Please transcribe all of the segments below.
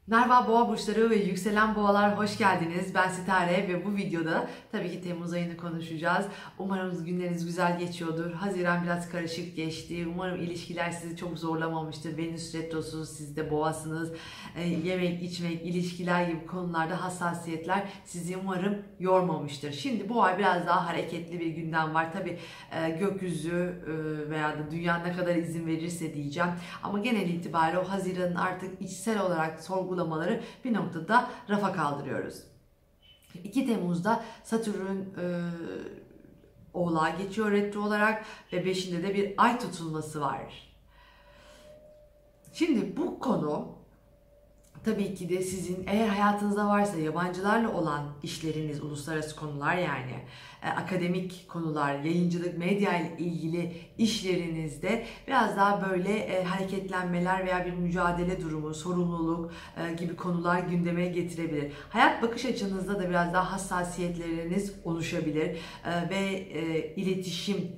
Merhaba boğa burçları ve yükselen boğalar, hoş geldiniz. Ben Sitare ve bu videoda tabii ki Temmuz ayını konuşacağız. Umarım günleriniz güzel geçiyordur. Haziran biraz karışık geçti. Umarım ilişkiler sizi çok zorlamamıştır. Venüs retrosu, siz de boğasınız. Yemek, içmek, ilişkiler gibi konularda hassasiyetler sizi umarım yormamıştır. Şimdi bu ay biraz daha hareketli bir gündem var. Tabii gökyüzü veya da dünya ne kadar izin verirse diyeceğim. Ama genel itibariyle o Haziran'ın artık içsel olarak sorgulamaları bir noktada rafa kaldırıyoruz. 2 Temmuz'da Satürn Oğlağa geçiyor retro olarak ve 5'inde de bir ay tutulması var. Şimdi bu konu tabii ki de sizin eğer hayatınızda varsa yabancılarla olan işleriniz, uluslararası konular yani akademik konular, yayıncılık, medya ile ilgili işlerinizde biraz daha böyle hareketlenmeler veya bir mücadele durumu, sorumluluk gibi konular gündeme getirebilir. Hayat bakış açınızda da biraz daha hassasiyetleriniz oluşabilir ve iletişim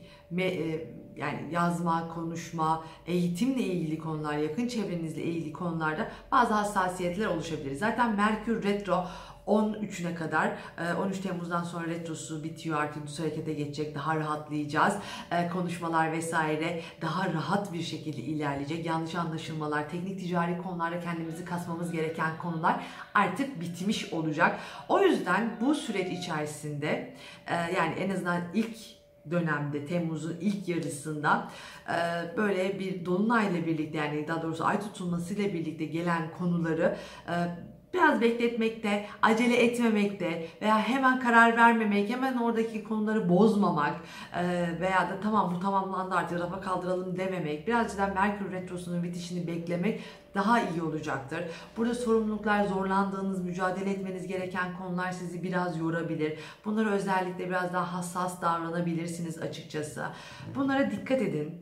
yani yazma, konuşma, eğitimle ilgili konular, yakın çevrenizle ilgili konularda bazı hassasiyetler oluşabilir. Zaten Merkür Retro 13'üne kadar, 13 Temmuz'dan sonra retrosu bitiyor, artık düz harekete geçecek, daha rahatlayacağız. Konuşmalar vesaire daha rahat bir şekilde ilerleyecek. Yanlış anlaşılmalar, teknik ticari konularda kendimizi kasmamız gereken konular artık bitmiş olacak. O yüzden bu süreç içerisinde yani en azından ilk dönemde, Temmuz'un ilk yarısında böyle bir dolunayla birlikte, yani daha doğrusu ay tutulmasıyla birlikte gelen konuları biraz bekletmekte, acele etmemekte veya hemen karar vermemek, hemen oradaki konuları bozmamak veya da tamam bu tamamlandı artık rafa kaldıralım dememek, birazcık da Merkür Retrosu'nun bitişini beklemek daha iyi olacaktır. Burada sorumluluklar, zorlandığınız, mücadele etmeniz gereken konular sizi biraz yorabilir. Bunlara özellikle biraz daha hassas davranabilirsiniz açıkçası. Bunlara dikkat edin.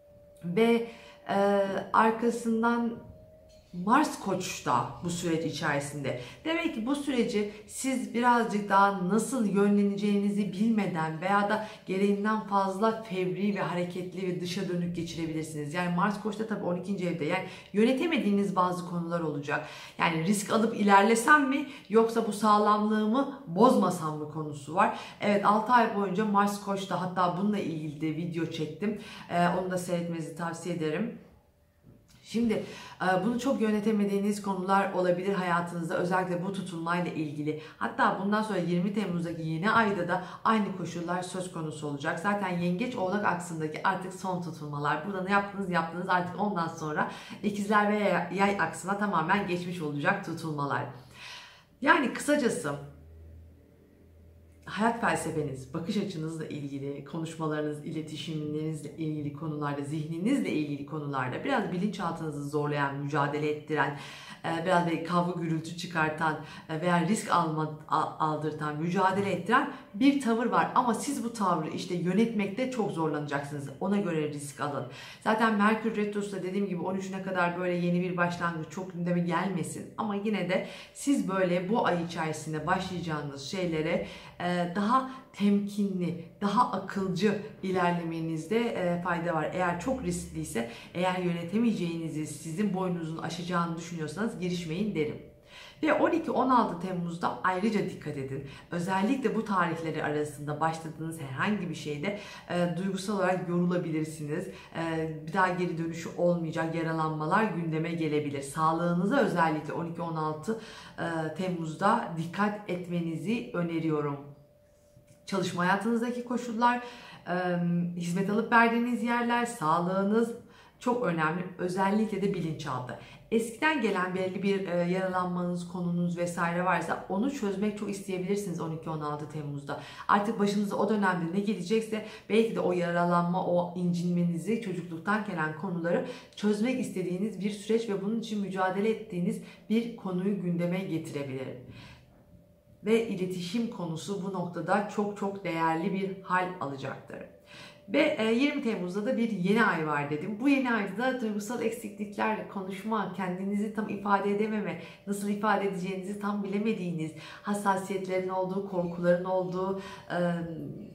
Ve arkasından Mars Koç'ta bu süreç içerisinde. Demek ki bu süreci siz birazcık daha nasıl yönleneceğinizi bilmeden veya da gereğinden fazla fevri ve hareketli ve dışa dönük geçirebilirsiniz. Yani Mars Koç'ta tabii 12. evde, yani yönetemediğiniz bazı konular olacak. Yani risk alıp ilerlesem mi yoksa bu sağlamlığımı bozmasam mı konusu var. Evet, 6 ay boyunca Mars Koç'ta, hatta bununla ilgili de video çektim. Onu da seyretmenizi tavsiye ederim. Şimdi bunu çok yönetemediğiniz konular olabilir hayatınızda, özellikle bu tutulmayla ilgili. Hatta bundan sonra 20 Temmuz'daki yeni ayda da aynı koşullar söz konusu olacak. Zaten Yengeç Oğlak aksındaki artık son tutulmalar. Burada ne yaptınız artık ondan sonra İkizler ve Yay aksına tamamen geçmiş olacak tutulmalar. Yani kısacası hayat felsefeniz, bakış açınızla ilgili, konuşmalarınız, iletişimlerinizle ilgili konularda, zihninizle ilgili konularda biraz bilinçaltınızı zorlayan, mücadele ettiren, biraz böyle kavga gürültü çıkartan veya risk aldırtan, mücadele ettiren bir tavır var. Ama siz bu tavrı işte yönetmekte çok zorlanacaksınız. Ona göre risk alın. Zaten Merkür Retrosu'da dediğim gibi 13'üne kadar böyle yeni bir başlangıç çok gündeme gelmesin. Ama yine de siz böyle bu ay içerisinde başlayacağınız şeylere daha temkinli, daha akılcı ilerlemenizde fayda var. Eğer çok riskliyse, eğer yönetemeyeceğinizi, sizin boynunuzun aşacağını düşünüyorsanız girişmeyin derim. Ve 12-16 Temmuz'da ayrıca dikkat edin. Özellikle bu tarihleri arasında başladığınız herhangi bir şeyde duygusal olarak yorulabilirsiniz. Bir daha geri dönüşü olmayacak yaralanmalar gündeme gelebilir. Sağlığınıza özellikle 12-16 Temmuz'da dikkat etmenizi öneriyorum. Çalışma hayatınızdaki koşullar, hizmet alıp verdiğiniz yerler, sağlığınız çok önemli. Özellikle de bilinçaltı. Eskiden gelen belli bir yaralanmanız, konunuz vesaire varsa onu çözmek çok isteyebilirsiniz 12-16 Temmuz'da. Artık başınıza o dönemde ne gelecekse belki de o yaralanma, o incinmenizi, çocukluktan gelen konuları çözmek istediğiniz bir süreç ve bunun için mücadele ettiğiniz bir konuyu gündeme getirebilir. Ve iletişim konusu bu noktada çok çok değerli bir hal alacaktır. Ve 20 Temmuz'da da bir yeni ay var dedim. Bu yeni ayda da duygusal eksiklikler, konuşma, kendinizi tam ifade edememe, nasıl ifade edeceğinizi tam bilemediğiniz, hassasiyetlerin olduğu, korkuların olduğu,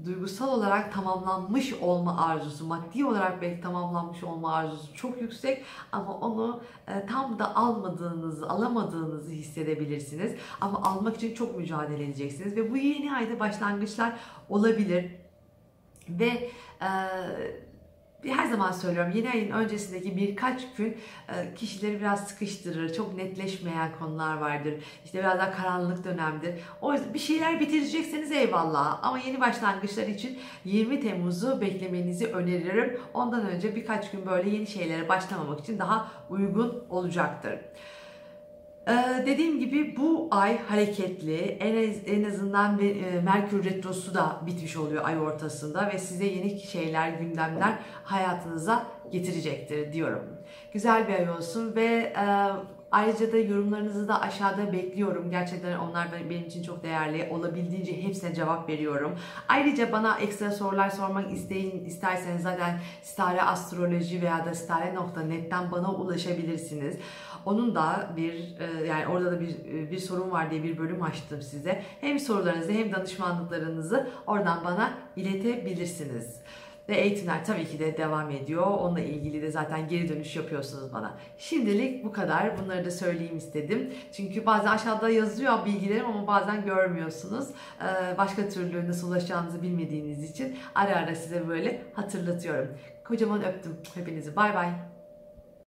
duygusal olarak tamamlanmış olma arzusu, maddi olarak belki tamamlanmış olma arzusu çok yüksek ama onu tam da alamadığınızı hissedebilirsiniz. Ama almak için çok mücadele edeceksiniz ve bu yeni ayda başlangıçlar olabilir. Ve her zaman söylüyorum, yeni ayın öncesindeki birkaç gün kişileri biraz sıkıştırır. Çok netleşmeyen konular vardır. İşte biraz daha karanlık dönemdir. O yüzden bir şeyler bitirecekseniz eyvallah. Ama yeni başlangıçlar için 20 Temmuz'u beklemenizi öneririm. Ondan önce birkaç gün böyle yeni şeylere başlamamak için daha uygun olacaktır. Dediğim gibi bu ay hareketli, en azından Merkür Retrosu da bitmiş oluyor ay ortasında ve size yeni şeyler, gündemler hayatınıza getirecektir diyorum. Güzel bir ay olsun ve ayrıca da yorumlarınızı da aşağıda bekliyorum. Gerçekten onlar benim için çok değerli. Olabildiğince hepsine cevap veriyorum. Ayrıca bana ekstra sorular sormak isterseniz zaten Stare Astroloji veya da stare.net'ten bana ulaşabilirsiniz. Onun da yani orada da bir sorun var diye bir bölüm açtım size. Hem sorularınızı hem danışmanlıklarınızı oradan bana iletebilirsiniz. Ve eğitimler tabii ki de devam ediyor. Onunla ilgili de zaten geri dönüş yapıyorsunuz bana. Şimdilik bu kadar. Bunları da söyleyeyim istedim. Çünkü bazen aşağıda yazıyor bilgilerim ama bazen görmüyorsunuz. Başka türlü nasıl ulaşacağınızı bilmediğiniz için ara ara size böyle hatırlatıyorum. Kocaman öptüm hepinizi. Bay bay.